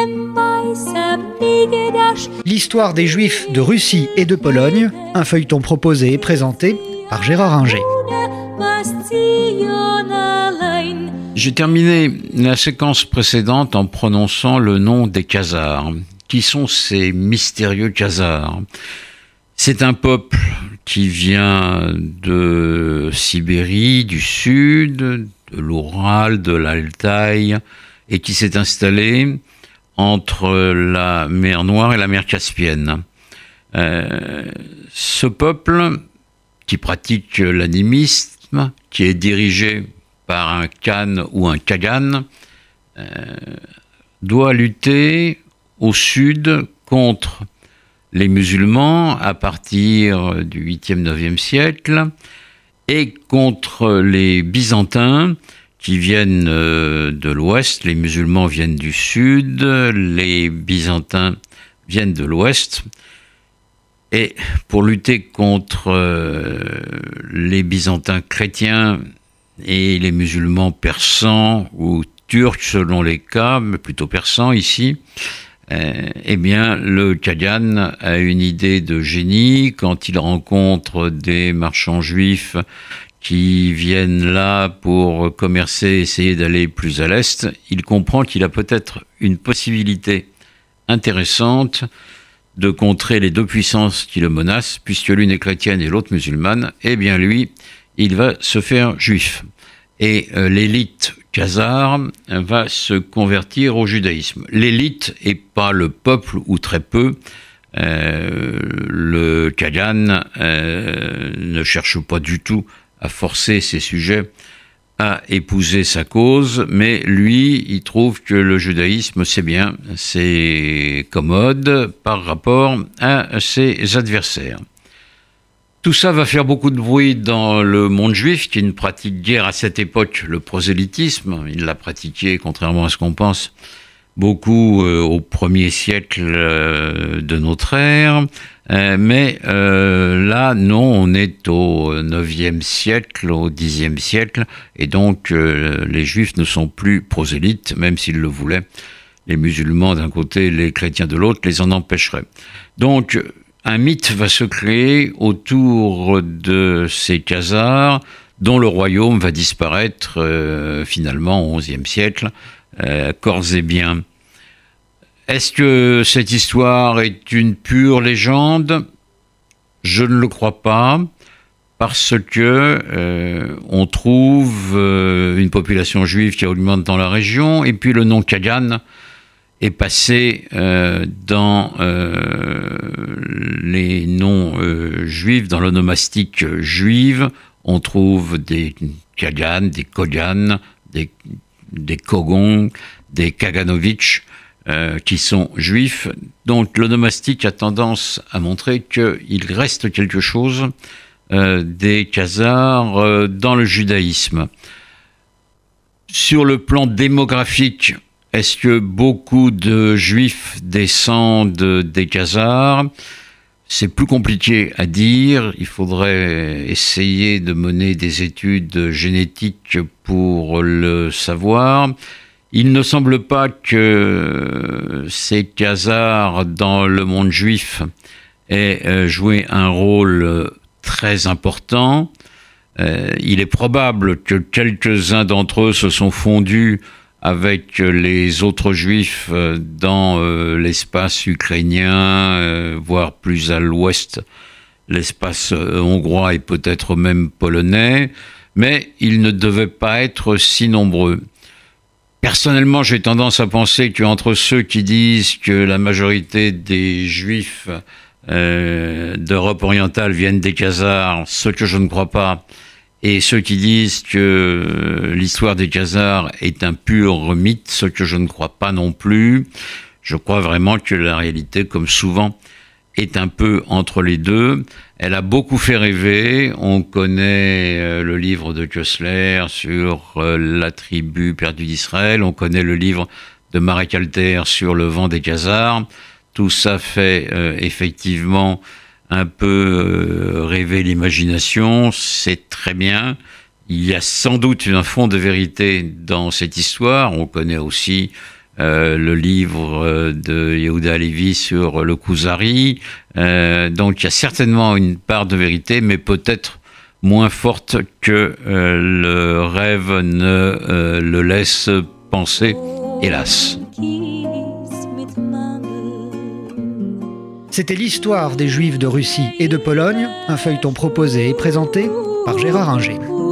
L'histoire des Juifs de Russie et de Pologne, un feuilleton proposé et présenté par Gérard Inger. J'ai terminé la séquence précédente en prononçant le nom des Khazars. Qui sont ces mystérieux Khazars ? C'est un peuple qui vient de Sibérie, du sud, de l'Oural, de l'Altaï, et qui s'est installé entre la mer Noire et la mer Caspienne. Ce peuple, qui pratique l'animisme, qui est dirigé par un Khan ou un Kagan, doit lutter au sud contre les musulmans à partir du 8e, 9e siècle et contre les Byzantins qui viennent de l'ouest. Les musulmans viennent du sud, les Byzantins viennent de l'ouest. Et pour lutter contre les Byzantins chrétiens et les musulmans persans ou turcs selon les cas, mais plutôt persans ici, eh bien, le Kagan a une idée de génie quand il rencontre des marchands juifs qui viennent là pour commercer, essayer d'aller plus à l'est. Il comprend qu'il a peut-être une possibilité intéressante de contrer les deux puissances qui le menacent, puisque l'une est chrétienne et l'autre musulmane. Eh bien, lui, il va se faire juif. Et l'élite khazare va se convertir au judaïsme. L'élite et pas le peuple ou très peu. Le Kagan ne cherche pas du tout à forcer ses sujets à épouser sa cause, mais lui, il trouve que le judaïsme, c'est bien, c'est commode par rapport à ses adversaires. Tout ça va faire beaucoup de bruit dans le monde juif, qui ne pratique guère à cette époque le prosélytisme. Il l'a pratiqué, contrairement à ce qu'on pense, beaucoup au 1er siècle de notre ère. Mais là, non, on est au 9e siècle, au 10e siècle, et donc les juifs ne sont plus prosélytes, même s'ils le voulaient. Les musulmans d'un côté, les chrétiens de l'autre, les en empêcheraient. Donc, un mythe va se créer autour de ces Khazars, dont le royaume va disparaître finalement au XIe siècle, corps et biens. Est-ce que cette histoire est une pure légende ? Je ne le crois pas, parce que on trouve une population juive qui augmente dans la région, et puis le nom Kagan est passé dans les noms juifs, dans l'onomastique juive. On trouve des Kagan, des Kogan, des Kogon, des Kaganovitch, qui sont juifs. Donc l'onomastique a tendance à montrer qu'il reste quelque chose des Khazars dans le judaïsme. Sur le plan démographique, est-ce que beaucoup de juifs descendent des Khazars ? C'est plus compliqué à dire. Il faudrait essayer de mener des études génétiques pour le savoir. Il ne semble pas que ces Khazars dans le monde juif aient joué un rôle très important. Il est probable que quelques-uns d'entre eux se sont fondus avec les autres juifs dans l'espace ukrainien, voire plus à l'ouest, l'espace hongrois et peut-être même polonais, mais ils ne devaient pas être si nombreux. Personnellement, j'ai tendance à penser qu'entre ceux qui disent que la majorité des juifs d'Europe orientale viennent des Khazars, ce que je ne crois pas, et ceux qui disent que l'histoire des Khazars est un pur mythe, ce que je ne crois pas non plus. Je crois vraiment que la réalité, comme souvent, est un peu entre les deux. Elle a beaucoup fait rêver. On connaît le livre de Koestler sur la tribu perdue d'Israël. On connaît le livre de Marek Alter sur le vent des Khazars. Tout ça fait effectivement un peu rêver l'imagination. C'est très bien. Il y a sans doute un fond de vérité dans cette histoire. On connaît aussi le livre de Yehuda Halevi sur le Kuzari. Donc il y a certainement une part de vérité, mais peut-être moins forte que le rêve ne le laisse penser, hélas. C'était l'histoire des Juifs de Russie et de Pologne, un feuilleton proposé et présenté par Gérard Inger.